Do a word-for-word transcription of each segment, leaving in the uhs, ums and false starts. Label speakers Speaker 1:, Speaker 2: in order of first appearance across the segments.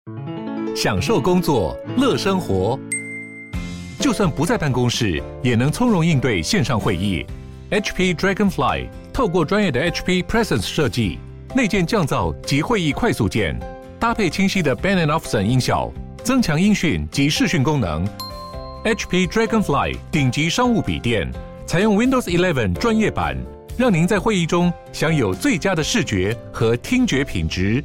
Speaker 1: 享受工作，乐生活。就算不在办公室，也能从容应对线上会议。H P Dragonfly 透过专业的 H P Presence 设计，内建降噪及会议快速键，搭配清晰的 Bang and Olufsen 音效，增强音讯及视讯功能。H P Dragonfly 顶级商务笔电，采用 Windows 十一专业版，让您在会议中享有最佳的视觉和听觉品质。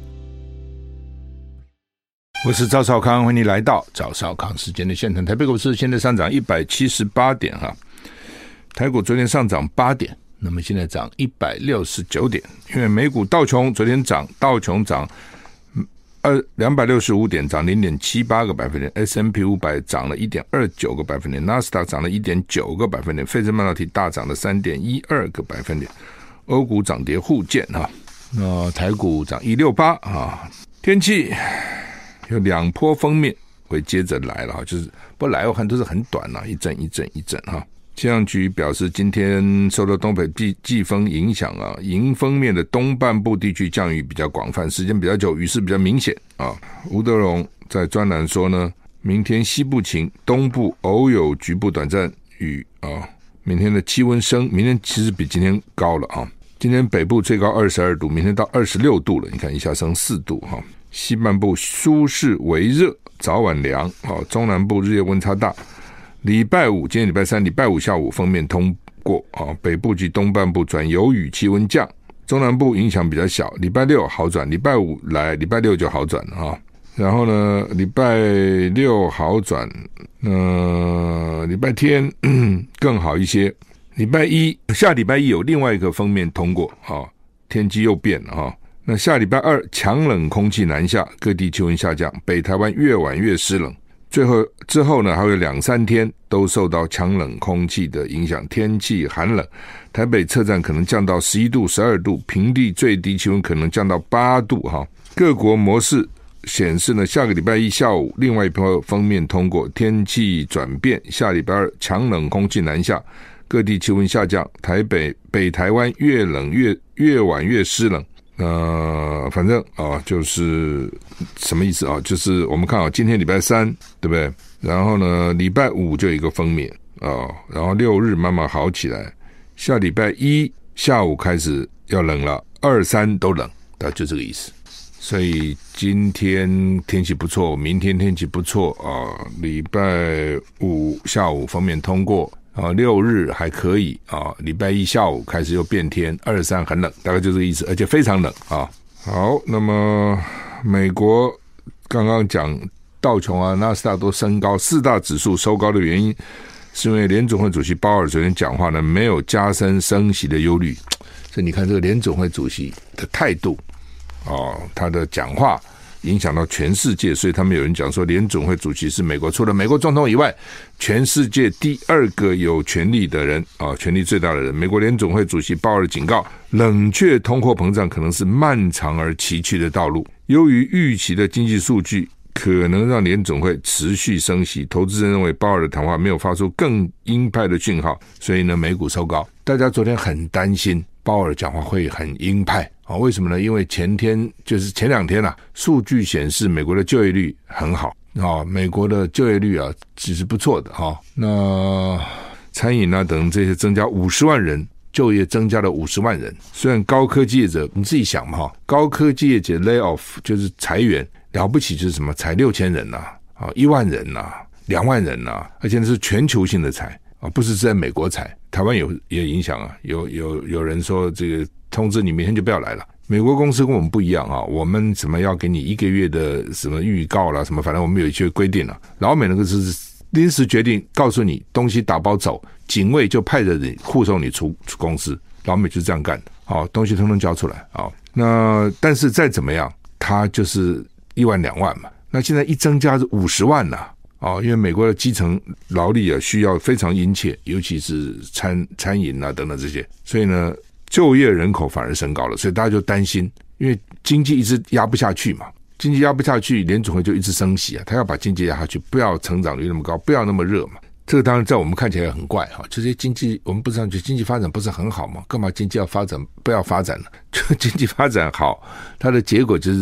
Speaker 2: 我是赵少康，欢迎你来到赵少康时间的现场。台北股市现在上涨一百七十八点哈，台股昨天上涨八点，那么现在涨一百六十九点。因为美股道琼昨天涨，道琼涨二两百六十五点，涨零点七八个百分点 ；S and P 五百涨了一点二九个百分点，纳斯达克涨了一点九个百分点，费城半导体大涨了三点一二个百分点。欧股涨跌互见哈，那台股涨一六八啊，天气。有两波锋面会接着来了，就是不来我看都是很短啊，一阵一阵一阵哈。气象局表示，今天受到东北季季风影响啊，迎风面的东半部地区降雨比较广泛，时间比较久，雨势比较明显啊。吴德荣在专栏说呢，明天西部晴，东部偶有局部短暂雨啊。明天的气温升，明天其实比今天高了啊。今天北部最高二十二度，明天到二十六度了，你看一下升四度哈。西半部舒适微热，早晚凉。好，中南部日夜温差大。礼拜五，今天礼拜三，礼拜五下午锋面通过。好，北部及东半部转有雨，气温降。中南部影响比较小。礼拜六好转，礼拜五来，礼拜六就好转了哈。然后呢，礼拜六好转，呃，礼拜天更好一些。礼拜一，下礼拜一有另外一个锋面通过，好，天气又变了哈。那下礼拜二强冷空气南下，各地气温下降，北台湾越晚越湿冷。最后之后呢，还有两三天都受到强冷空气的影响，天气寒冷。台北车站可能降到十一度、十二度，平地最低气温可能降到八度哈。各国模式显示呢，下个礼拜一下午另外一波锋面通过，天气转变。下礼拜二强冷空气南下，各地气温下降，台北北台湾越冷越越晚越湿冷。呃，反正啊，就是什么意思啊？就是我们看啊，今天礼拜三，对不对？然后呢，礼拜五就有一个锋面啊，然后六日慢慢好起来，下礼拜一下午开始要冷了，二三都冷，大概就这个意思。所以今天天气不错，明天天气不错啊，礼拜五下午锋面通过。啊，六日还可以啊，礼拜一下午开始又变天，二三很冷，大概就这个意思，而且非常冷啊。好，那么美国刚刚讲道琼啊、纳斯达克都升高，四大指数收高的原因，是因为联总会主席鲍尔昨天讲话呢，没有加深升息的忧虑。所以你看这个联总会主席的态度哦，他的讲话影响到全世界，所以他们有人讲说，联总会主席是美国除了美国总统以外，全世界第二个有权力的人啊，权力最大的人。美国联总会主席鲍尔警告，冷却通货膨胀可能是漫长而崎岖的道路。由于预期的经济数据可能让联总会持续升息，投资人认为鲍尔的谈话没有发出更鹰派的讯号，所以呢，美股收高。大家昨天很担心鲍尔讲话会很鹰派啊？为什么呢？因为前天就是前两天啊，数据显示美国的就业率很好啊，美国的就业率啊其实不错的哈。那餐饮啊等这些增加五十万人，就业增加了五十万人。虽然高科技业者你自己想嘛哈，高科技业者 lay off 就是裁员，了不起就是什么裁六千人呐啊，一万人呐，两万人呐，而且那是全球性的裁啊，不是在美国裁。台湾有也影响啊，有有有人说这个通知你明天就不要来了。美国公司跟我们不一样啊，我们什么要给你一个月的什么预告啦，什么反正我们有一些规定了。老美那个是临时决定，告诉你东西打包走，警卫就派着你护送你出出公司，老美就这样干的。好，东西通通交出来啊。那但是再怎么样，他就是一万两万嘛。那现在一增加是五十万呐、啊。哦，因为美国的基层劳力啊需要非常殷切，尤其是餐餐饮啊等等这些，所以呢，就业人口反而升高了，所以大家就担心，因为经济一直压不下去嘛，经济压不下去，联总会就一直升息啊，他要把经济压下去，不要成长率那么高，不要那么热嘛。这个当然在我们看起来很怪哈，这些经济我们不是觉得经济发展不是很好吗？干嘛经济要发展不要发展呢？就经济发展好，它的结果就是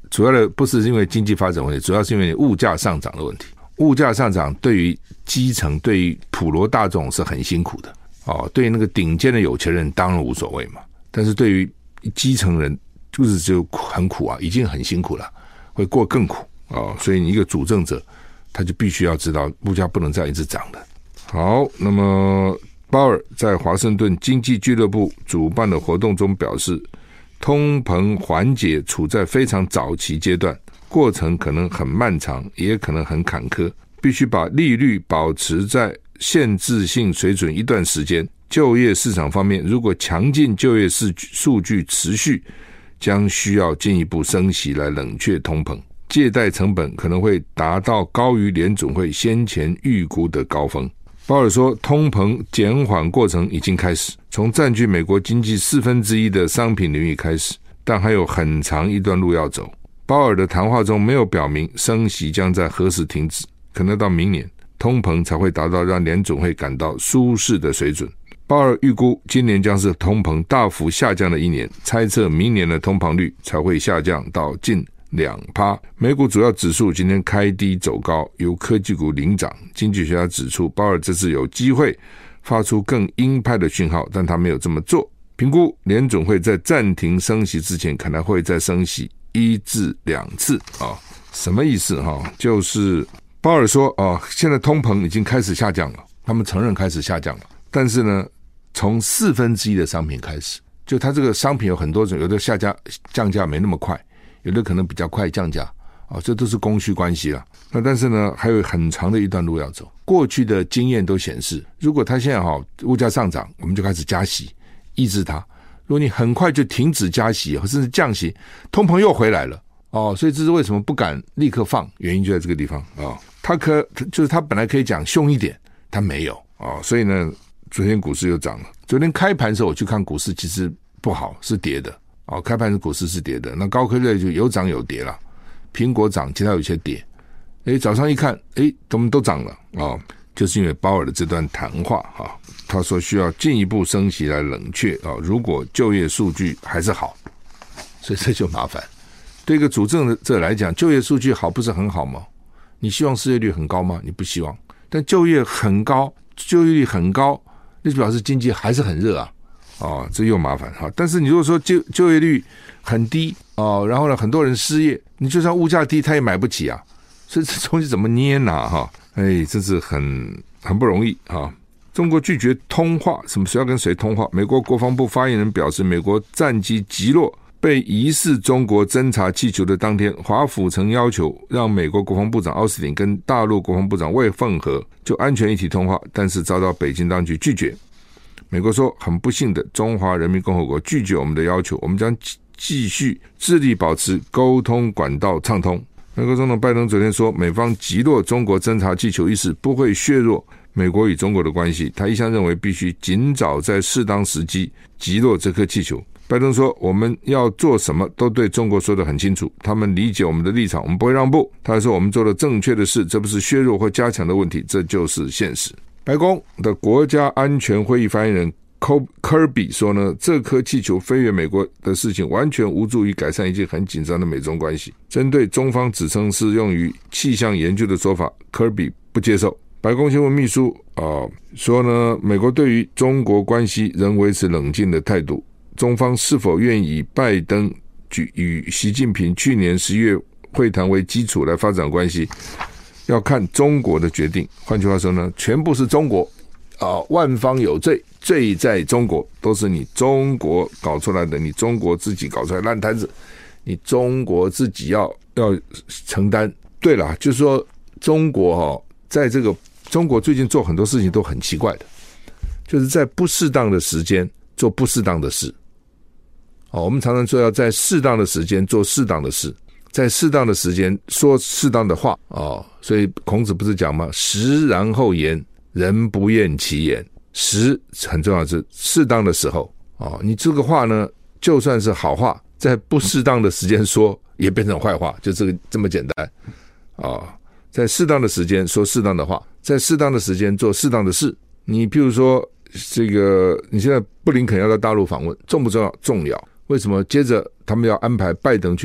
Speaker 2: 主要的不是因为经济发展问题，主要是因为物价上涨的问题。物价上涨对于基层、对于普罗大众是很辛苦的哦。对于那个顶尖的有钱人当然无所谓嘛，但是对于基层人就是就很苦啊，已经很辛苦了，会过更苦哦。所以你一个主政者，他就必须要知道物价不能这样一直涨的。好，那么鲍尔在华盛顿经济俱乐部主办的活动中表示，通膨缓解处在非常早期阶段，过程可能很漫长，也可能很坎坷，必须把利率保持在限制性水准一段时间。就业市场方面，如果强劲就业数据持续，将需要进一步升息来冷却通膨。借贷成本可能会达到高于联准会先前预估的高峰。鲍尔说，通膨减缓过程已经开始，从占据美国经济四分之一的商品领域开始，但还有很长一段路要走。鲍尔的谈话中没有表明升息将在何时停止，可能到明年通膨才会达到让联准会感到舒适的水准。鲍尔预估今年将是通膨大幅下降的一年，猜测明年的通膨率才会下降到近两趴。美股主要指数今天开低走高，由科技股领涨。经济学家指出，鲍尔这次有机会发出更鹰派的讯号，但他没有这么做。评估联准会在暂停升息之前，可能会再升息一至两次啊，什么意思哈？就是鲍尔说啊，现在通膨已经开始下降了，他们承认开始下降了，但是呢，从四分之一的商品开始，就它这个商品有很多种，有的下降降价没那么快，有的可能比较快降价啊，这都是供需关系啦。那但是呢，还有很长的一段路要走。过去的经验都显示，如果它现在哈物价上涨，我们就开始加息抑制它。如果你很快就停止加息，甚至降息，通膨又回来了哦。所以这是为什么不敢立刻放，原因就在这个地方啊、哦。他可就是他本来可以讲凶一点，他没有哦。所以呢，昨天股市又涨了。昨天开盘的时候我去看股市，其实不好，是跌的哦。开盘的股市是跌的，那高科技就有涨有跌了，苹果涨，其他有些跌。诶，早上一看，诶，他们都涨了哦。就是因为鲍尔的这段谈话啊，他说需要进一步升息来冷却啊，如果就业数据还是好，所以这就麻烦。对一个主政者来讲，就业数据好不是很好吗？你希望失业率很高吗？你不希望。但就业很高，就业率很高，那就表示经济还是很热啊，哦，这又麻烦哈。但是你如果说就就业率很低哦，然后呢很多人失业，你就算物价低，他也买不起啊，所以这东西怎么捏拿哈？哎，真是很很不容易啊！中国拒绝通话，什么谁要跟谁通话？美国国防部发言人表示，美国战机击落被疑似中国侦察气球的当天，华府曾要求让美国国防部长奥斯汀跟大陆国防部长魏凤和就安全议题通话，但是遭到北京当局拒绝。美国说，很不幸的，中华人民共和国拒绝我们的要求，我们将继续致力保持沟通管道畅通。美国总统拜登昨天说，美方击落中国侦察气球一事不会削弱美国与中国的关系，他一向认为必须尽早在适当时机击落这颗气球。拜登说，我们要做什么都对中国说得很清楚，他们理解我们的立场，我们不会让步。他还说，我们做了正确的事，这不是削弱或加强的问题，这就是现实。白宫的国家安全会议发言人科比说呢，这颗气球飞越美国的事情完全无助于改善已经很紧张的美中关系。针对中方指称是用于气象研究的说法，科比不接受。白宫新闻秘书、呃、说呢，美国对于中国关系仍维持冷静的态度，中方是否愿意以拜登与习近平去年十一月会谈为基础来发展关系，要看中国的决定。换句话说呢，全部是中国啊，万方有罪，罪在中国，都是你中国搞出来的，你中国自己搞出来的烂摊子，你中国自己要要承担。对了，就是说中国哈、哦，在这个中国最近做很多事情都很奇怪的，就是在不适当的时间做不适当的事。哦，我们常常说要在适当的时间做适当的事，在适当的时间说适当的话哦。所以孔子不是讲吗？时然后言，人不厌其言。时很重要，是适当的时候哦。你这个话呢，就算是好话，在不适当的时间说，也变成坏话，就这个这么简单啊、哦。在适当的时间说适当的话，在适当的时间做适当的事。你譬如说，这个你现在布林肯要到大陆访问，重不重要？重要。为什么？接着他们要安排拜登去访问，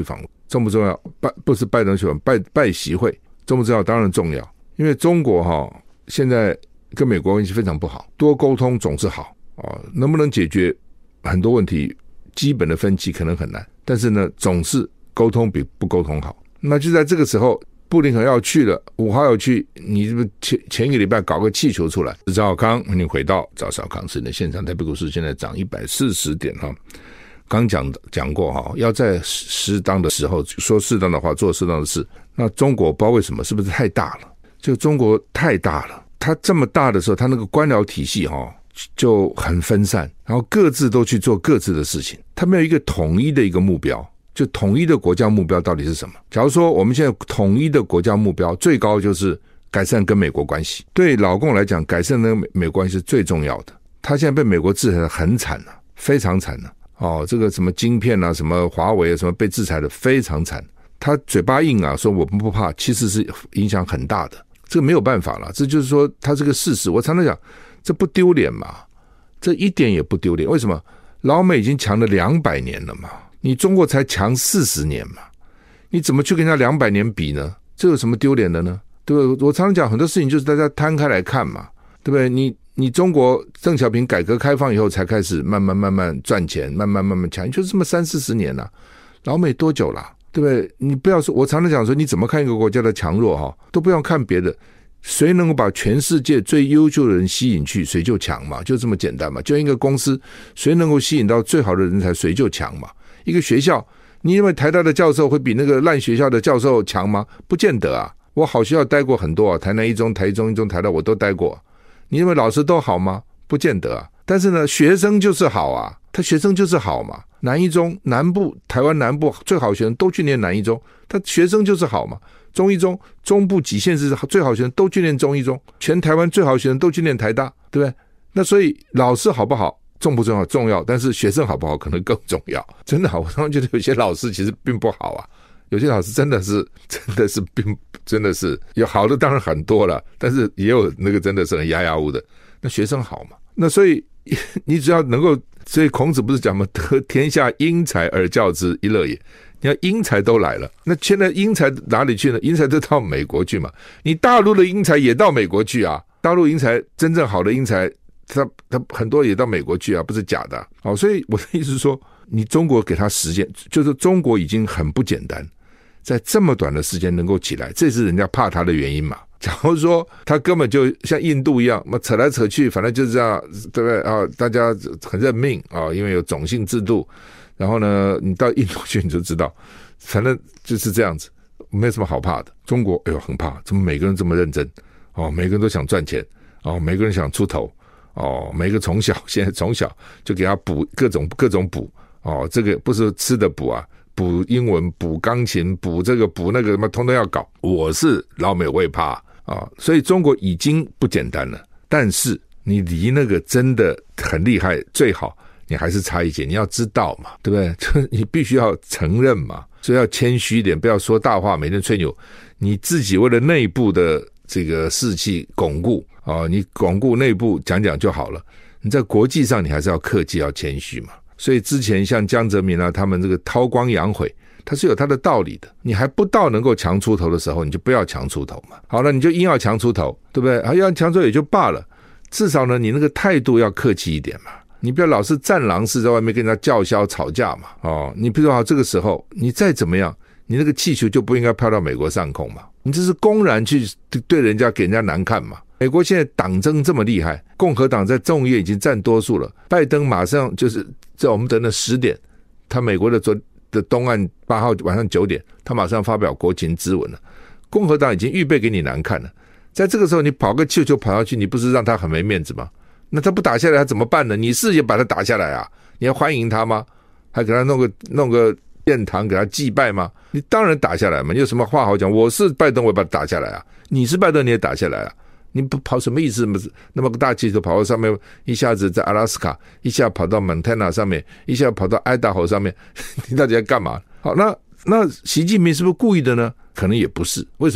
Speaker 2: 重不重要？拜不是拜登选拜拜习会重不重要？当然重要，因为中国哈现在跟美国关系非常不好，多沟通总是好啊，能不能解决很多问题？基本的分歧可能很难，但是呢，总是沟通比不沟通好。那就在这个时候，布林肯要去了，五号要去，你是不是前前一个礼拜搞个气球出来？赵少康，欢迎回到赵少康时的现场。台北股市现在涨一百四十点哈。刚讲讲过哈，要在适当的时候说适当的话，做适当的事。那中国不知道为什么，是不是太大了？就中国太大了，它这么大的时候，它那个官僚体系哈就很分散，然后各自都去做各自的事情，它没有一个统一的一个目标。就统一的国家目标到底是什么？假如说我们现在统一的国家目标最高就是改善跟美国关系，对老共来讲，改善跟美国关系是最重要的。他现在被美国制裁的很惨了、啊，非常惨了、啊。哦，这个什么晶片啊，什么华为啊，什么被制裁的非常惨。他嘴巴硬啊，说我们不怕，其实是影响很大的。这个没有办法了，这就是说他这个事实。我常常讲，这不丢脸嘛？这一点也不丢脸。为什么？老美已经强了两百年了嘛。你中国才强四十年嘛，你怎么去跟人家两百年比呢？这有什么丢脸的呢？对不对？我常常讲很多事情就是大家摊开来看嘛，对不对？你你中国邓小平改革开放以后才开始慢慢慢慢赚钱，慢慢慢慢强，就是这么三四十年了、啊，老美多久了、啊？对不对？你不要说，我常常讲说，你怎么看一个国家的强弱哈，都不要看别的，谁能够把全世界最优秀的人吸引去，谁就强嘛，就这么简单嘛。就一个公司，谁能够吸引到最好的人才，谁就强嘛。一个学校，你认为台大的教授会比那个烂学校的教授强吗？不见得啊。我好学校待过很多啊，台南一中、台中一中、台大我都待过。你认为老师都好吗？不见得啊。但是呢，学生就是好啊，他学生就是好嘛。南一中、南部、台湾南部最好学生都去念南一中，他学生就是好嘛。中一中、中部几县市最好学生都去念中一中，全台湾最好学生都去念台大，对不对？那所以老师好不好？重不重要？重要，但是学生好不好可能更重要。真的，我常常觉得有些老师其实并不好啊，有些老师真的是真的是并真的是有好的当然很多了，但是也有那个真的是很压压物的。那学生好嘛？那所以你只要能够，所以孔子不是讲吗？得天下英才而教之，一乐也。你看英才都来了，那现在英才哪里去呢？英才都到美国去嘛。你大陆的英才也到美国去啊，大陆英才真正好的英才。他他很多也到美国去啊，不是假的、啊。好，所以我的意思是说，你中国给他时间，就是中国已经很不简单，在这么短的时间能够起来，这是人家怕他的原因嘛。假如说他根本就像印度一样，扯来扯去，反正就是这样，对不对啊？大家很认命啊，因为有种姓制度。然后呢，你到印度去你就知道，反正就是这样子，没什么好怕的。中国哎呦很怕，怎么每个人这么认真？哦，每个人都想赚钱，哦，每个人想出头。哦，每个从小现在从小就给他补各种各种补哦，这个不是吃的补啊，补英文、补钢琴、补这个补那个什么，通通要搞。我是老美，我也怕啊、哦，所以中国已经不简单了。但是你离那个真的很厉害，最好你还是差一截。你要知道嘛，对不对？就你必须要承认嘛，所以要谦虚一点，不要说大话，每天吹牛。你自己为了内部的这个士气巩固。哦，你巩固内部讲讲就好了。你在国际上你还是要客气，要谦虚嘛。所以之前像江泽民啊，他们这个韬光养晦，他是有他的道理的。你还不到能够强出头的时候，你就不要强出头嘛。好了，你就硬要强出头，对不对？啊，要强出头也就罢了，至少呢，你那个态度要客气一点嘛。你不要老是战狼式在外面跟人家叫嚣吵架嘛。哦，你比如说好，这个时候你再怎么样，你那个气球就不应该飘到美国上空嘛。你这是公然去对人家给人家难看嘛。美国现在党争这么厉害，共和党在众议院已经占多数了，拜登马上就是在我们等了十点，他美国的昨的东岸八号晚上九点，他马上发表国情咨文了，共和党已经预备给你难看了，在这个时候你跑个气球跑下去，你不是让他很没面子吗？那他不打下来他怎么办呢？你是也把他打下来啊？你要欢迎他吗？还给他弄个弄个殿堂给他祭拜吗？你当然打下来嘛，你有什么话好讲？我是拜登，我也把他打下来啊，你是拜登你也打下来啊，你不跑什么意思？那么个大气球跑到上面，一下子在阿拉斯加，一下跑到蒙特纳上面，一下跑到爱达荷上面，你到底在干嘛？好，那那习近平是不是故意的呢？可能也不是。为什么？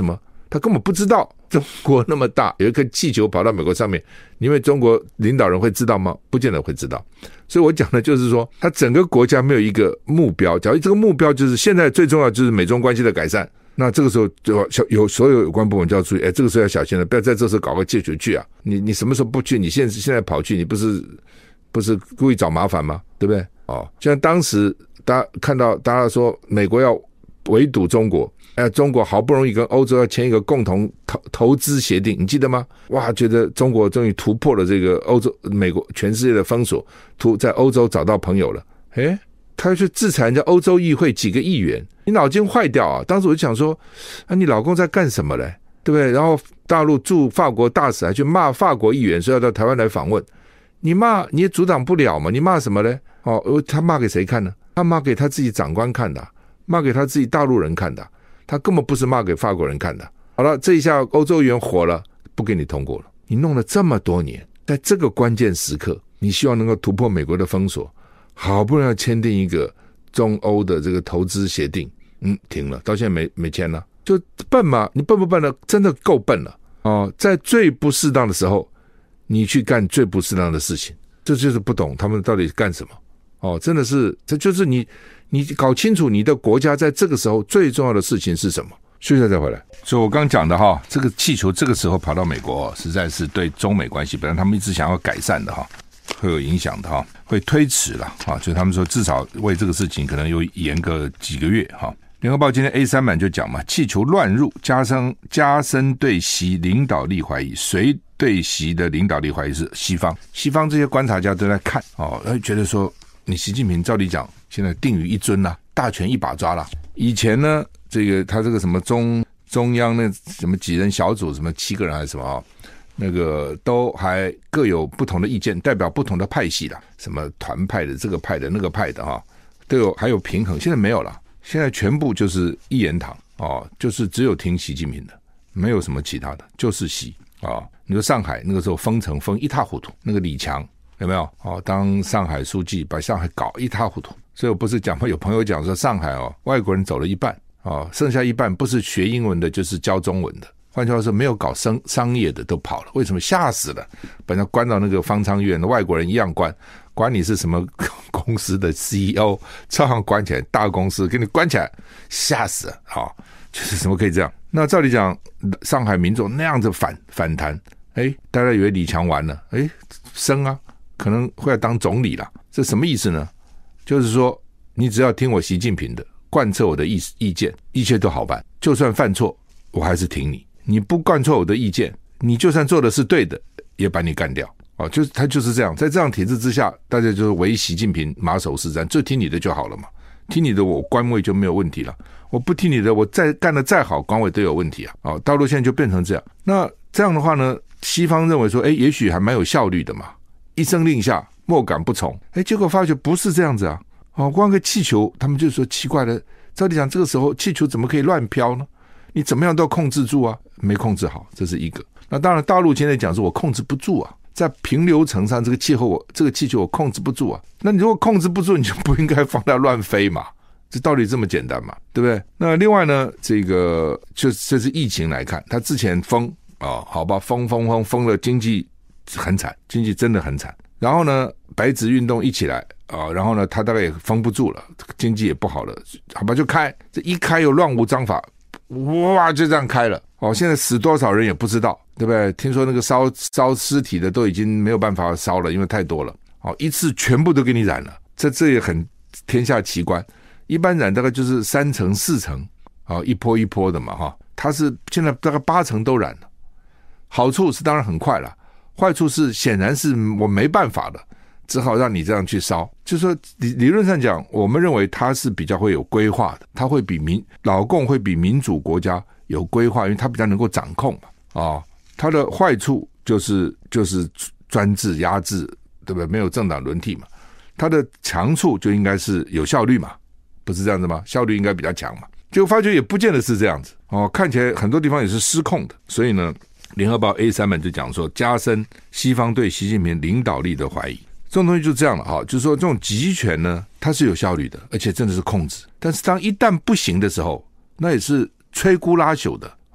Speaker 2: 他根本不知道中国那么大，有一颗气球跑到美国上面，因为中国领导人会知道吗？不见得会知道。所以我讲的就是说，他整个国家没有一个目标，假如这个目标就是现在最重要就是美中关系的改善，那这个时候就有所有有关部门就要注意，哎，这个时候要小心了，不要在这时候搞个气球去啊！你你什么时候不去？你现在现在跑去，你不是不是故意找麻烦吗？对不对？哦，像当时大家看到大家说美国要围堵中国。哎，中国好不容易跟欧洲要签一个共同投投资协定，你记得吗？哇，觉得中国终于突破了这个欧洲、美国全世界的封锁，突在欧洲找到朋友了。哎，他要去制裁人家欧洲议会几个议员，你脑筋坏掉啊！当时我就想说，啊，你老公在干什么嘞？对不对？然后大陆驻法国大使还去骂法国议员，说要到台湾来访问，你骂你也阻挡不了嘛？你骂什么嘞？哦，他骂给谁看呢？他骂给他自己长官看的、啊，骂给他自己大陆人看的、啊。他根本不是骂给法国人看的。好了，这一下欧洲议员火了，不给你通过了。你弄了这么多年，在这个关键时刻，你希望能够突破美国的封锁，好不容易要签订一个中欧的这个投资协定，嗯，停了，到现在没没签了，就笨嘛？你笨不笨了？真的够笨了哦！在最不适当的时候，你去干最不适当的事情，这就是不懂他们到底干什么哦！真的是，这就是你。你搞清楚你的国家在这个时候最重要的事情是什么。休息再回来。所以我刚讲的哈，这个气球这个时候跑到美国，实在是对中美关系本来他们一直想要改善的哈，会有影响的哈，会推迟了哈。就他们说至少为这个事情可能有延个几个月哈。联合报今天 A 三 版就讲嘛，气球乱入加深加深对习领导力怀疑，谁对习的领导力怀疑是西方，西方这些观察家都在看哦，觉得说你习近平照理讲现在定于一尊啦、啊，大权一把抓啦。以前呢，这个他这个什么中中央那什么几人小组，什么七个人还是什么啊、哦，那个都还各有不同的意见，代表不同的派系啦，什么团派的、这个派的、那个派的哈、哦，都有还有平衡。现在没有了，现在全部就是一言堂哦，就是只有听习近平的，没有什么其他的，就是习啊、哦。你说上海那个时候封城封一塌糊涂，那个李强。有没有哦？当上海书记，把上海搞一塌糊涂。所以我不是讲，有朋友讲说，上海哦，外国人走了一半哦，剩下一半不是学英文的，就是教中文的。换句话说，没有搞商商业的都跑了。为什么？吓死了！把人关到那个方舱医院，外国人一样关，管你是什么公司的 C E O， 照样关起来。大公司给你关起来，吓死了！好、哦，就是怎么可以这样？那照理讲，上海民众那样子反反弹，哎，大家以为李强完了，哎，升啊！可能会要当总理了，这什么意思呢？就是说，你只要听我习近平的，贯彻我的意意见，一切都好办。就算犯错，我还是挺你。你不贯彻我的意见，你就算做的是对的，也把你干掉。哦，就是他就是这样，在这样体制之下，大家就是唯习近平马首是瞻，就听你的就好了嘛。听你的，我官位就没有问题了。我不听你的，我再干得再好，官位都有问题啊。哦，大陆现在就变成这样。那这样的话呢，西方认为说，哎，也许还蛮有效率的嘛。一声令下，莫敢不从。哎，结果发觉不是这样子啊！哦，光个气球，他们就说奇怪了。照理讲，这个时候气球怎么可以乱飘呢？你怎么样都要控制住啊，没控制好，这是一个。那当然，大陆现在讲说我控制不住啊，在平流层上，这个气候我这个气球我控制不住啊。那你如果控制不住，你就不应该放它乱飞嘛。这道理这么简单嘛，对不对？那另外呢，这个就这是疫情来看，它之前封啊、哦，好吧，封封封封了经济。很惨，经济真的很惨。然后呢，白纸运动一起来啊、呃，然后呢，他大概也封不住了，经济也不好了，好吧，就开。这一开又乱无章法，哇，就这样开了。哦，现在死多少人也不知道，对不对？听说那个烧烧尸体的都已经没有办法烧了，因为太多了。哦，一次全部都给你染了，这这也很天下奇观。一般染大概就是三成四成，啊、哦，一波一波的嘛，哈、哦。它是现在大概八成都染了。好处是当然很快了。坏处是显然是我没办法的，只好让你这样去烧。就是说理理论上讲，我们认为它是比较会有规划的，它会比民老共会比民主国家有规划，因为它比较能够掌控嘛。啊、哦，它的坏处就是就是专制压制，对不对？没有政党轮替嘛。它的强处就应该是有效率嘛，不是这样子吗？效率应该比较强嘛。结果发觉也不见得是这样子哦，看起来很多地方也是失控的，所以呢。联合报 A 三 版就讲说，加深西方对习近平领导力的怀疑。这种东西就这样了哈，就是说这种集权呢，它是有效率的，而且真的是控制。但是当一旦不行的时候，那也是摧枯拉朽的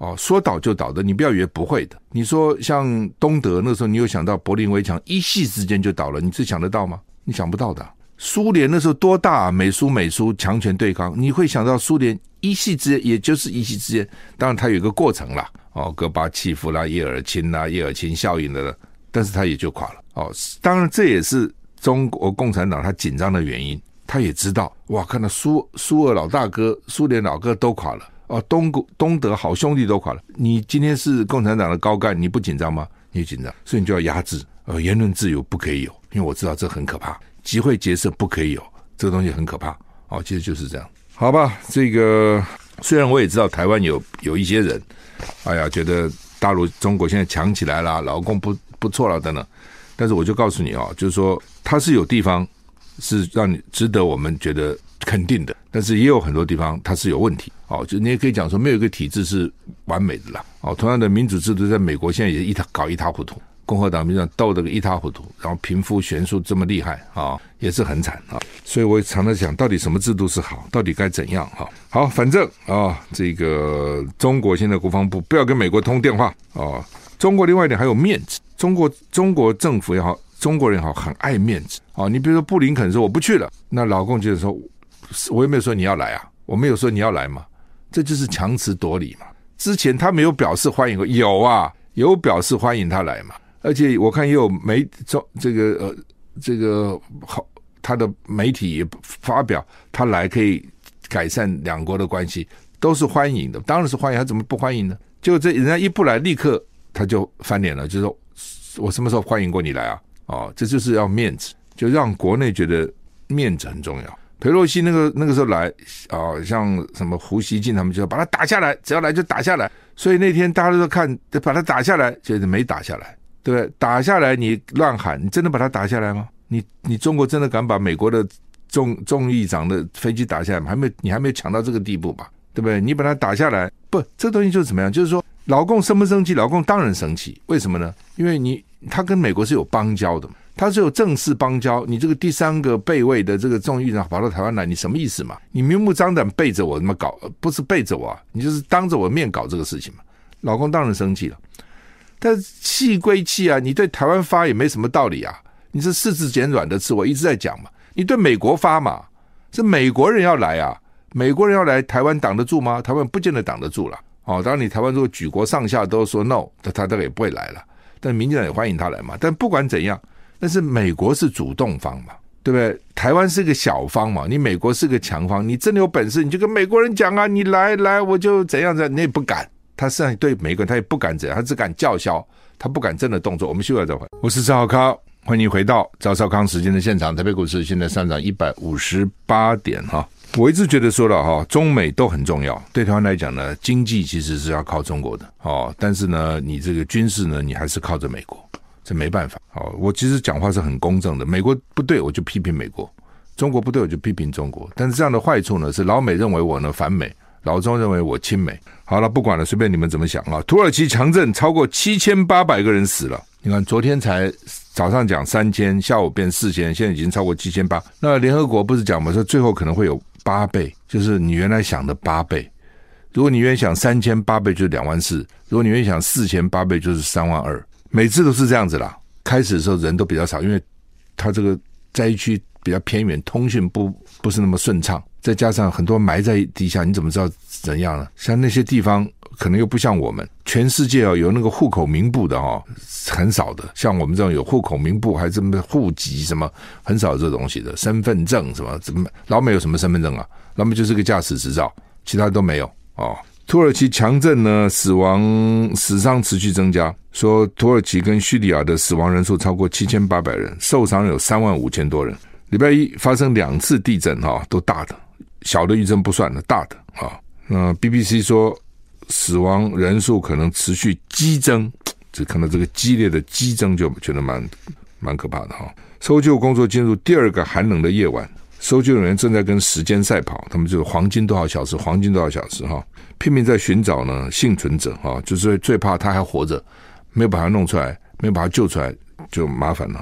Speaker 2: 哦，说倒就倒的，你不要以为不会的。你说像东德那时候，你有想到柏林围墙一夕之间就倒了，你是想得到吗？你想不到的。苏联那时候多大啊，美苏美苏强权对抗，你会想到苏联一夕之间，也就是一夕之间，当然它有一个过程啦，哦，戈巴契夫啦、叶尔钦啦、叶尔钦效应的，但是它也就垮了。哦，当然这也是中国共产党他紧张的原因，他也知道，哇，看到苏苏俄老大哥、苏联老哥都垮了，哦，东东德好兄弟都垮了，你今天是共产党的高干，你不紧张吗？你紧张，所以你就要压制，呃，言论自由不可以有，因为我知道这很可怕。集会结社不可以有，这个东西很可怕。哦，其实就是这样。好吧，这个虽然我也知道台湾有有一些人，哎呀，觉得大陆中国现在强起来了，老共不不错了等等，但是我就告诉你哦，就是说它是有地方是让你值得我们觉得肯定的，但是也有很多地方它是有问题。哦，就你也可以讲说没有一个体制是完美的啦。哦，同样的民主制度在美国现在也一塌搞一塌糊涂。共和党民主党斗得个一塌糊涂，然后贫富悬殊这么厉害啊，也是很惨啊。所以我常常想，到底什么制度是好，到底该怎样啊？好，反正啊，这个中国现在国防部不要跟美国通电话啊。中国另外一点还有面子，中国中国政府也好，中国人也好，很爱面子啊。你比如说布林肯说我不去了，那老共就是说，我有没有说你要来啊？我没有说你要来嘛，这就是强词夺理嘛。之前他没有表示欢迎过，有啊，有表示欢迎他来嘛。而且我看也有媒这个呃这个好，他的媒体也发表他来可以改善两国的关系，都是欢迎的，当然是欢迎，他怎么不欢迎呢？结果这人家一不来，立刻他就翻脸了，就说我什么时候欢迎过你来啊？哦，这就是要面子，就让国内觉得面子很重要。裴洛西那个那个时候来啊、哦，像什么胡锡进他们就要把他打下来，只要来就打下来。所以那天大家都看把他打下来，结果没打下来。对不对？打下来你乱喊，你真的把它打下来吗？你你中国真的敢把美国的众众议长的飞机打下来吗？还没，你还没强到这个地步吧？对不对？你把它打下来，不，这东西就是怎么样？就是说，老共生不生气？老共当然生气，为什么呢？因为你他跟美国是有邦交的，他是有正式邦交。你这个第三个备位的这个众议长跑到台湾来，你什么意思嘛？你明目张胆背着我怎么搞？不是背着我啊，你就是当着我面搞这个事情嘛。老共当然生气了。但是气归气啊，你对台湾发也没什么道理啊，你是柿子捡软的吃，我一直在讲嘛。你对美国发嘛，是美国人要来啊，美国人要来，台湾挡得住吗？台湾不见得挡得住了。哦，当然你台湾如果举国上下都说 no， 他大概也不会来了。但民进党也欢迎他来嘛。但不管怎样，但是美国是主动方嘛，对不对？台湾是个小方嘛，你美国是个强方，你真的有本事你就跟美国人讲啊，你来来我就怎样怎样，你也不敢。他实际上对美国人他也不敢怎样，他只敢叫嚣，他不敢真的动作。我们休息再回，我是赵少康，欢迎回到赵少康时间的现场。台北股市现在上涨一百五十八点哈。我一直觉得说了哈，中美都很重要。对台湾来讲呢，经济其实是要靠中国的哦，但是呢，你这个军事呢，你还是靠着美国，这没办法。哦，我其实讲话是很公正的，美国不对我就批评美国，中国不对我就批评中国。但是这样的坏处呢，是老美认为我呢反美。老中认为我亲美，好了，不管了，随便你们怎么想啊。土耳其强震，超过七千八百个人死了。你看，昨天才早上讲三千，下午变四千，现在已经超过七千八。那联合国不是讲吗？说最后可能会有八倍，就是你原来想的八倍。如果你原来想三千，八倍就是两万四；如果你原来想四千，八倍就是三万二。每次都是这样子啦。开始的时候人都比较少，因为它这个灾区比较偏远，通讯不不是那么顺畅。再加上很多埋在地下，你怎么知道怎样呢？像那些地方可能又不像我们，全世界哦有那个户口名簿的哦很少的，像我们这种有户口名簿还这么户籍什么很少这东西的，身份证什么怎么老美有什么身份证啊？老美就是个驾驶执照，其他都没有哦。土耳其强震呢，死亡死伤持续增加，说土耳其跟叙利亚的死亡人数超过七千八百人，受伤有三万五千多人。礼拜一发生两次地震哈，都大的。小的余震不算的，大的啊。那 B B C 说死亡人数可能持续激增，只看到这个激烈的激增就觉得蛮蛮可怕的哈。搜救工作进入第二个寒冷的夜晚，搜救人员正在跟时间赛跑，他们就是黄金多少小时，黄金多少小时哈，拼命在寻找呢幸存者哈，就是最怕他还活着，没有把他弄出来，没有把他救出来就麻烦了哈。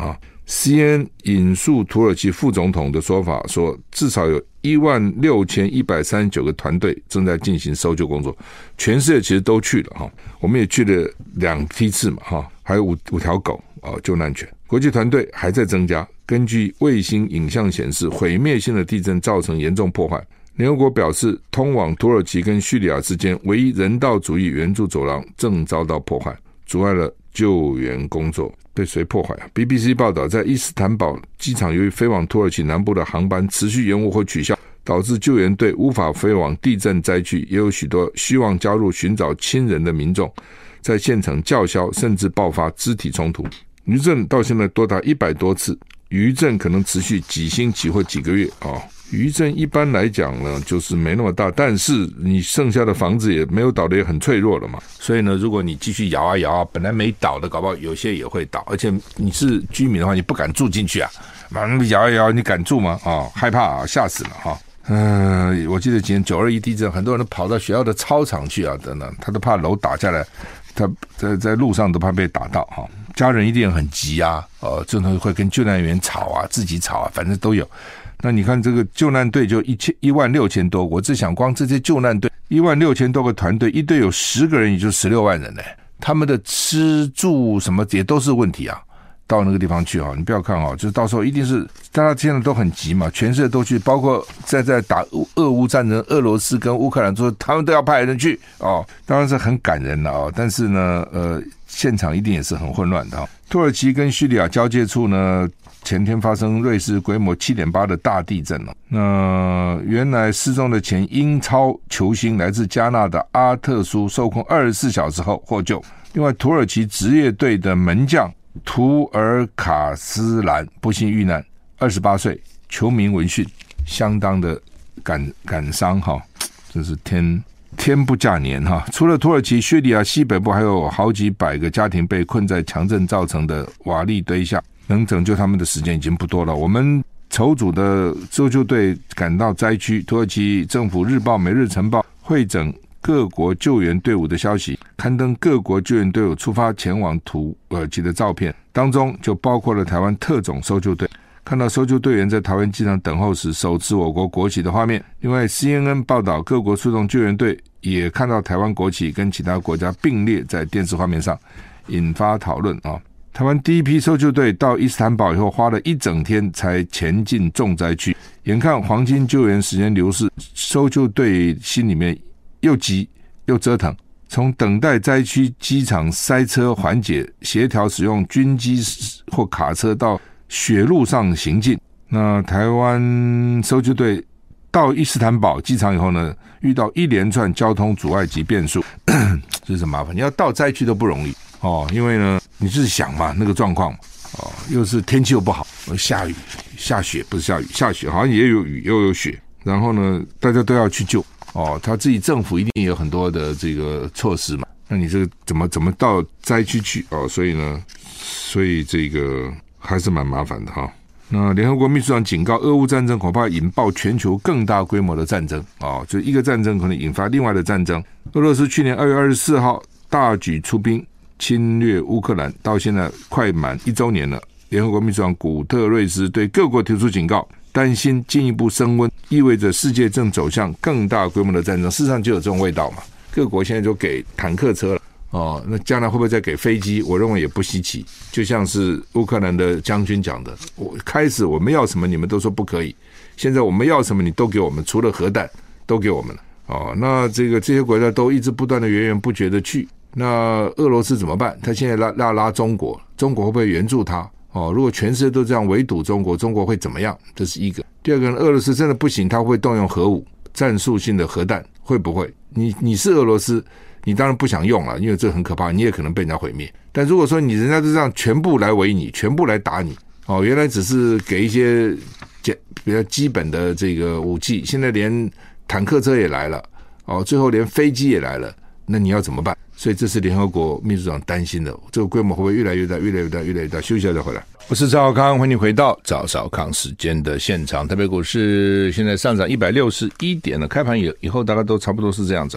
Speaker 2: C N N 引述土耳其副总统的说法说，至少有一万六千一百三十九个团队正在进行搜救工作，全世界其实都去了哈，我们也去了两批次嘛哈，还有五五条狗哦救难犬，国际团队还在增加。根据卫星影像显示，毁灭性的地震造成严重破坏。联合国表示，通往土耳其跟叙利亚之间唯一人道主义援助走廊正遭到破坏，阻碍了救援工作。被谁破坏啊 ？B B C 报道，在伊斯坦堡机场，由于飞往土耳其南部的航班持续延误或取消，导致救援队无法飞往地震灾区，也有许多希望加入寻找亲人的民众在现场叫嚣，甚至爆发肢体冲突。余震到现在多达一百多次，余震可能持续几星期或几个月啊。余震一般来讲呢，就是没那么大，但是你剩下的房子也没有倒的也很脆弱了嘛。所以呢，如果你继续摇啊摇啊，本来没倒的，搞不好有些也会倒。而且你是居民的话，你不敢住进去啊，摇啊摇，你敢住吗？啊、哦，害怕啊，吓死了哈。嗯、呃，我记得今年九二一地震，很多人都跑到学校的操场去啊，等等，他都怕楼打下来，他在在路上都怕被打到哈。家人一定很急啊，呃，真的会跟救难员吵啊，自己吵啊，反正都有。那你看这个救难队就一千一万六千多，我只想光这些救难队一万六千多个团队，一队有十个人，也就十六万人呢。他们的吃住什么也都是问题啊。到那个地方去啊，你不要看啊，就是到时候一定是大家现在都很急嘛，全世界都去，包括在在打俄乌战争，俄罗斯跟乌克兰说他们都要派人去哦，当然是很感人的哦。但是呢，呃，现场一定也是很混乱的啊。土耳其跟叙利亚交界处呢，前天发生瑞士规模 七点八 的大地震了。那原来失踪的前英超球星来自加纳的阿特苏受控二十四小时后获救。另外，土耳其职业队的门将图尔卡斯兰不幸遇难，二十八岁，球迷闻讯，相当的感感伤哈，真是天天不假年哈。除了土耳其，叙利亚西北部还有好几百个家庭被困在强震造成的瓦砾堆下，能拯救他们的时间已经不多了。我们筹组的搜救队赶到灾区，土耳其政府日报、每日晨报会诊各国救援队伍的消息，刊登各国救援队伍出发前往土耳其的照片，当中就包括了台湾特种搜救队。看到搜救队员在桃园机场等候时手持我国国旗的画面。另外 C N N 报道，各国出动救援队也看到台湾国旗跟其他国家并列在电视画面上，引发讨论啊。台湾第一批搜救队到伊斯坦堡以后，花了一整天才前进重灾区，眼看黄金救援时间流逝，搜救队心里面又急又折腾，从等待灾区机场塞车缓解，协调使用军机或卡车到雪路上行进。那台湾搜救队到伊斯坦堡机场以后呢，遇到一连串交通阻碍及变数，这是麻烦。你要到灾区都不容易哦，因为呢，你自己想嘛，那个状况哦，又是天气又不好，下雨下雪不是下雨下雪，好像也有雨又有雪，然后呢，大家都要去救。哦，他自己政府一定有很多的这个措施嘛，那你这个怎么怎么到灾区去哦？所以呢，所以这个还是蛮麻烦的哈。那联合国秘书长警告，俄乌战争恐怕引爆全球更大规模的战争哦，就一个战争可能引发另外的战争。俄罗斯去年二月二十四号大举出兵侵略乌克兰，到现在快满一周年了。联合国秘书长古特瑞斯对各国提出警告，担心进一步升温意味着世界正走向更大规模的战争。事实上就有这种味道嘛，各国现在就给坦克车了哦，那将来会不会再给飞机？我认为也不稀奇。就像是乌克兰的将军讲的，我开始我们要什么你们都说不可以，现在我们要什么你都给我们，除了核弹都给我们了哦。那这个这些国家都一直不断的源源不绝的去，那俄罗斯怎么办？他现在拉拉拉中国，中国会不会援助他？哦，如果全世界都这样围堵中国，中国会怎么样？这是一个。第二个，俄罗斯真的不行，他会动用核武，战术性的核弹，会不会？你你是俄罗斯，你当然不想用了，因为这很可怕，你也可能被人家毁灭。但如果说你人家就这样全部来围你，全部来打你，哦，原来只是给一些比较基本的这个武器，现在连坦克车也来了，哦，最后连飞机也来了，那你要怎么办？所以这是联合国秘书长担心的，这个规模会不会越来越大越来越大越来越大？休息一下再回来。我是赵少康，欢迎回到赵少康时间的现场。台北股市现在上涨一百六十一点了，开盘以以后大概都差不多是这样子啊。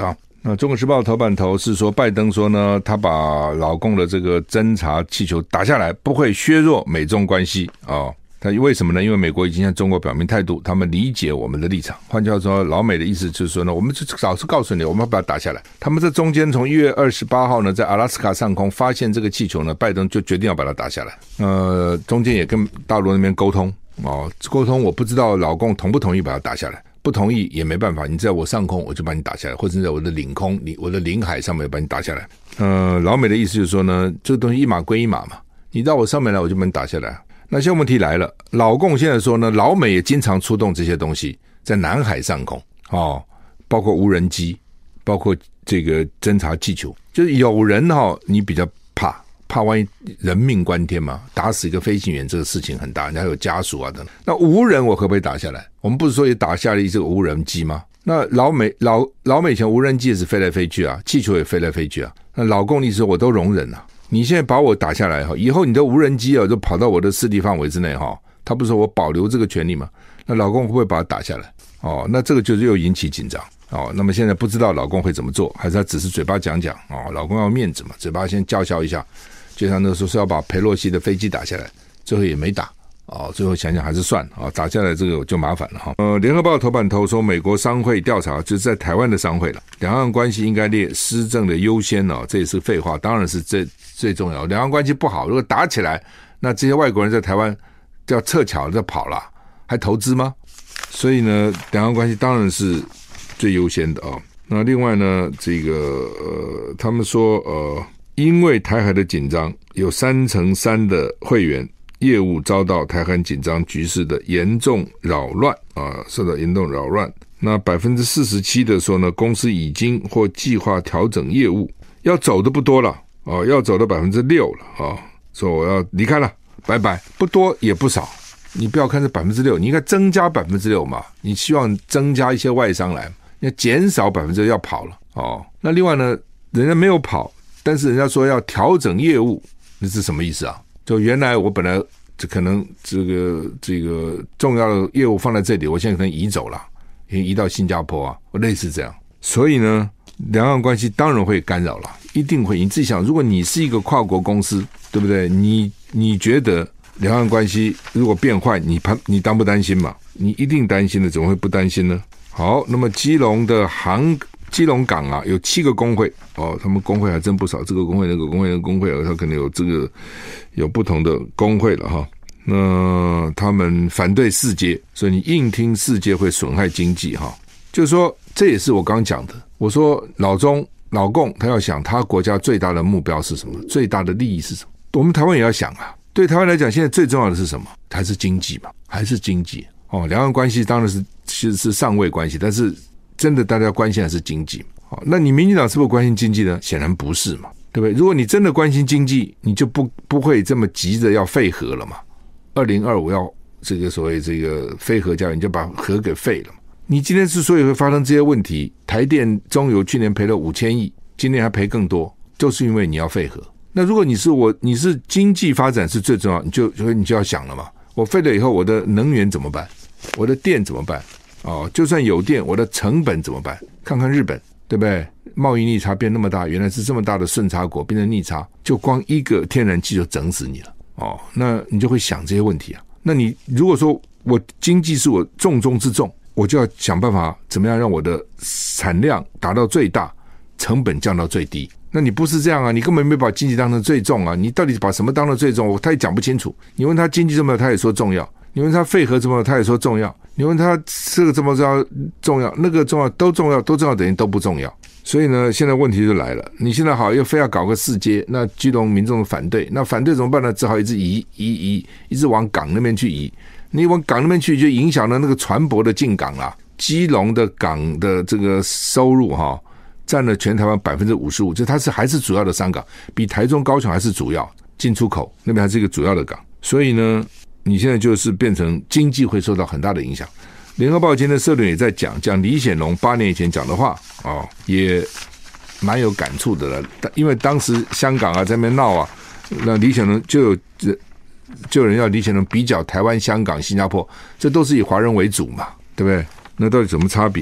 Speaker 2: 那中国时报头版头是说，拜登说呢，他把老共的这个侦察气球打下来，不会削弱美中关系哦。他为什么呢？因为美国已经向中国表明态度，他们理解我们的立场。换句话说，老美的意思就是说呢，我们早是告诉你，我们要把它打下来。他们这中间从一月二十八号呢，在阿拉斯加上空发现这个气球呢，拜登就决定要把它打下来。呃，中间也跟大陆那边沟通哦，沟通我不知道老共同不同意把它打下来。不同意也没办法，你在我上空我就把你打下来，或者在我的领空你我的领海上面把你打下来。呃，老美的意思就是说呢，这个东西一码归一码嘛，你到我上面来我就把你打下来。那现在问题来了，老共现在说呢，老美也经常出动这些东西在南海上空哦，包括无人机，包括这个侦察气球，就是有人哦，你比较怕。怕万一人命关天嘛，打死一个飞行员这个事情很大，人家有家属啊等等。那无人我可不可以打下来？我们不是说也打下了这个无人机吗？那老美老老美以前无人机也是飞来飞去啊，气球也飞来飞去啊。那老共意思我都容忍啊。你现在把我打下来以后，你的无人机啊就跑到我的势力范围之内哈，他不是说我保留这个权利吗？那老共会不会把它打下来？哦，那这个就是又引起紧张。哦，那么现在不知道老共会怎么做，还是他只是嘴巴讲讲哦，老共要面子嘛，嘴巴先叫嚣一下。就像那个时候是要把裴洛西的飞机打下来，最后也没打哦，最后想想还是算啊、哦，打下来这个就麻烦了哈。呃，联合报头版头说，美国商会调查就是在台湾的商会了，两岸关系应该列施政的优先哦，这也是废话，当然是最最重要。两岸关系不好，如果打起来，那这些外国人在台湾就要撤侨就跑了，还投资吗？所以呢，两岸关系当然是最优先的啊、哦。那另外呢，这个呃，他们说呃。因为台海的紧张，有三成三的会员业务遭到台海紧张局势的严重扰乱啊，受到严重扰乱。那 百分之四十七 的说呢，公司已经或计划调整业务，要走的不多了啊，要走到 百分之六 了啊，说我要离开了，拜拜，不多也不少。你不要看这 百分之六， 你应该增加 百分之六 嘛，你希望增加一些外商来，要减少 百分之六 要跑了哦。那另外呢，人家没有跑，但是人家说要调整业务，那是什么意思啊？就原来我本来可能这个这个重要的业务放在这里，我现在可能移走了，移到新加坡啊，类似这样。所以呢，两岸关系当然会干扰了，一定会。你自己想，如果你是一个跨国公司，对不对？你你觉得两岸关系如果变坏，你你担不担心嘛？你一定担心的，怎么会不担心呢？好，那么基隆的航基隆港啊，有七个工会哦，他们工会还真不少，这个工会那个工会那个工会，他可能有这个有不同的工会了哈。那他们反对四阶，所以你硬听四阶会损害经济哈。就是说，这也是我刚刚讲的。我说老中老共他要想他国家最大的目标是什么，最大的利益是什么，我们台湾也要想啊。对台湾来讲，现在最重要的是什么？还是经济嘛？还是经济哦。两岸关系当然是其实是上位关系，但是真的大家关心还是经济嘛。哦，那你民进党是不是关心经济呢？显然不是嘛，对不对？如果你真的关心经济，你就不不会这么急着要废核了嘛。二零二五要这个所谓这个非核家园，你就把核给废了嘛。你今天之所以会发生这些问题，台电中油去年赔了五千亿，今年还赔更多，就是因为你要废核。那如果你是我，你是经济发展是最重要，你就你就要想了嘛。我废了以后，我的能源怎么办？我的电怎么办？哦，就算有电，我的成本怎么办？看看日本，对不对？贸易逆差变那么大，原来是这么大的顺差国变成逆差，就光一个天然气就整死你了。哦，那你就会想这些问题啊。那你如果说我经济是我重中之重，我就要想办法怎么样让我的产量达到最大，成本降到最低。那你不是这样啊，你根本没把经济当成最重啊，你到底把什么当成最重？他也讲不清楚。你问他经济重要，他也说重要；你问他废核重要，他也说重要；你问他这个这么重要，那个重要，都重要，都重要等于都不重要。所以呢，现在问题就来了，你现在好又非要搞个四阶，那基隆民众反对，那反对怎么办呢？只好一直移移移，一直往港那边去移。你往港那边去，就影响了那个船舶的进港啦。基隆的港的这个收入哈，占了全台湾 百分之五十五， 就它是还是主要的商港，比台中高雄还是主要进出口，那边还是一个主要的港。所以呢，你现在就是变成经济会受到很大的影响。联合报今天的社论也在讲讲李显龙八年以前讲的话哦，也蛮有感触的了。因为当时香港啊在那边闹啊，那李显龙就有就有人要李显龙比较台湾、香港、新加坡，这都是以华人为主嘛，对不对？那到底怎么差别？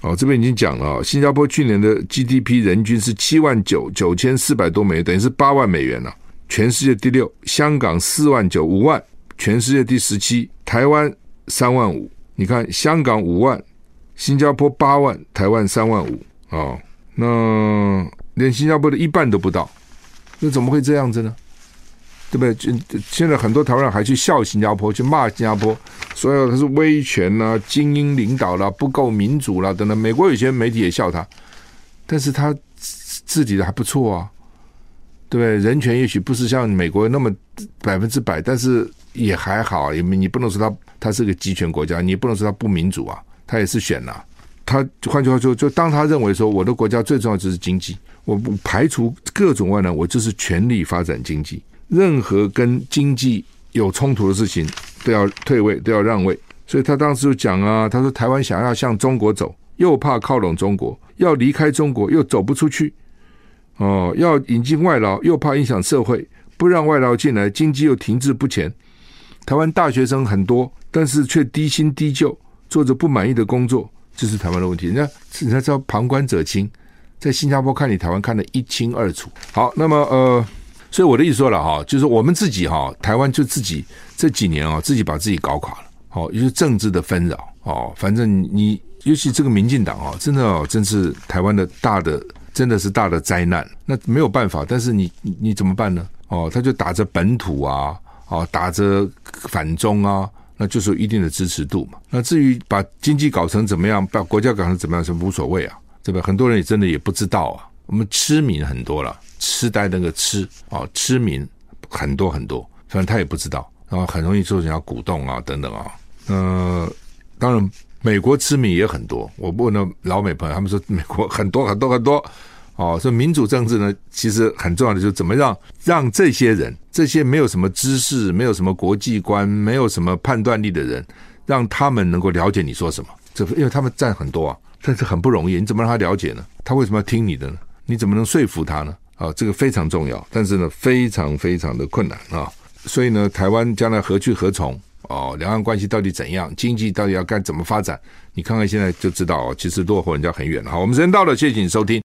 Speaker 2: 哦，这边已经讲了、哦，新加坡去年的 G D P 人均是七万九九千四百多美元，等于是八万美元了、啊，全世界第六。香港四万九五万，全世界第十七。台湾三万五，你看香港五万，新加坡八万，台湾三万五哦，那连新加坡的一半都不到，那怎么会这样子呢？对不对？现在很多台湾人还去笑新加坡，去骂新加坡，说他是威权啦、啊、精英领导啦、不够民主啦等等。美国有些媒体也笑他，但是他自己的还不错啊，对不对？人权也许不是像美国那么百分之百，但是也还好，也你不能说他他是个集权国家，你不能说他不民主啊，他也是选啊。他换句话说，就当他认为说我的国家最重要就是经济，我不排除各种外难，我就是全力发展经济。任何跟经济有冲突的事情都要退位，都要让位。所以他当时就讲啊，他说台湾想要向中国走，又怕靠拢中国，要离开中国又走不出去，哦，要引进外劳又怕影响社会，不让外劳进来，经济又停滞不前。台湾大学生很多，但是却低薪低就，做着不满意的工作，这是台湾的问题。人家人家叫旁观者清，在新加坡看你台湾看得一清二楚。好，那么呃。所以我的意思说了哈，就是我们自己哈，台湾就自己这几年啊，自己把自己搞垮了，哦，就是政治的纷扰哦，反正你尤其这个民进党啊，真的哦，真是台湾的大的，真的是大的灾难。那没有办法，但是你你你怎么办呢？哦，他就打着本土啊，哦，打着反中啊，那就是有一定的支持度嘛。那至于把经济搞成怎么样，把国家搞成怎么样是无所谓啊，对吧？很多人也真的也不知道啊，我们痴民很多了。痴呆那个痴啊，痴民很多很多，反正他也不知道，然后很容易受人家鼓动啊等等啊。呃，当然美国痴民也很多，我问了老美朋友，他们说美国很多很多很多。哦，所以民主政治呢，其实很重要的就是怎么让让这些人，这些没有什么知识、没有什么国际观、没有什么判断力的人，让他们能够了解你说什么。这因为他们占很多啊，但是很不容易，你怎么让他了解呢？他为什么要听你的呢？你怎么能说服他呢？啊，这个非常重要，但是呢，非常非常的困难啊。所以呢，台湾将来何去何从？哦，两岸关系到底怎样？经济到底要该怎么发展？你看看现在就知道哦，其实落后人家很远了。好，我们时间到了，谢谢你收听。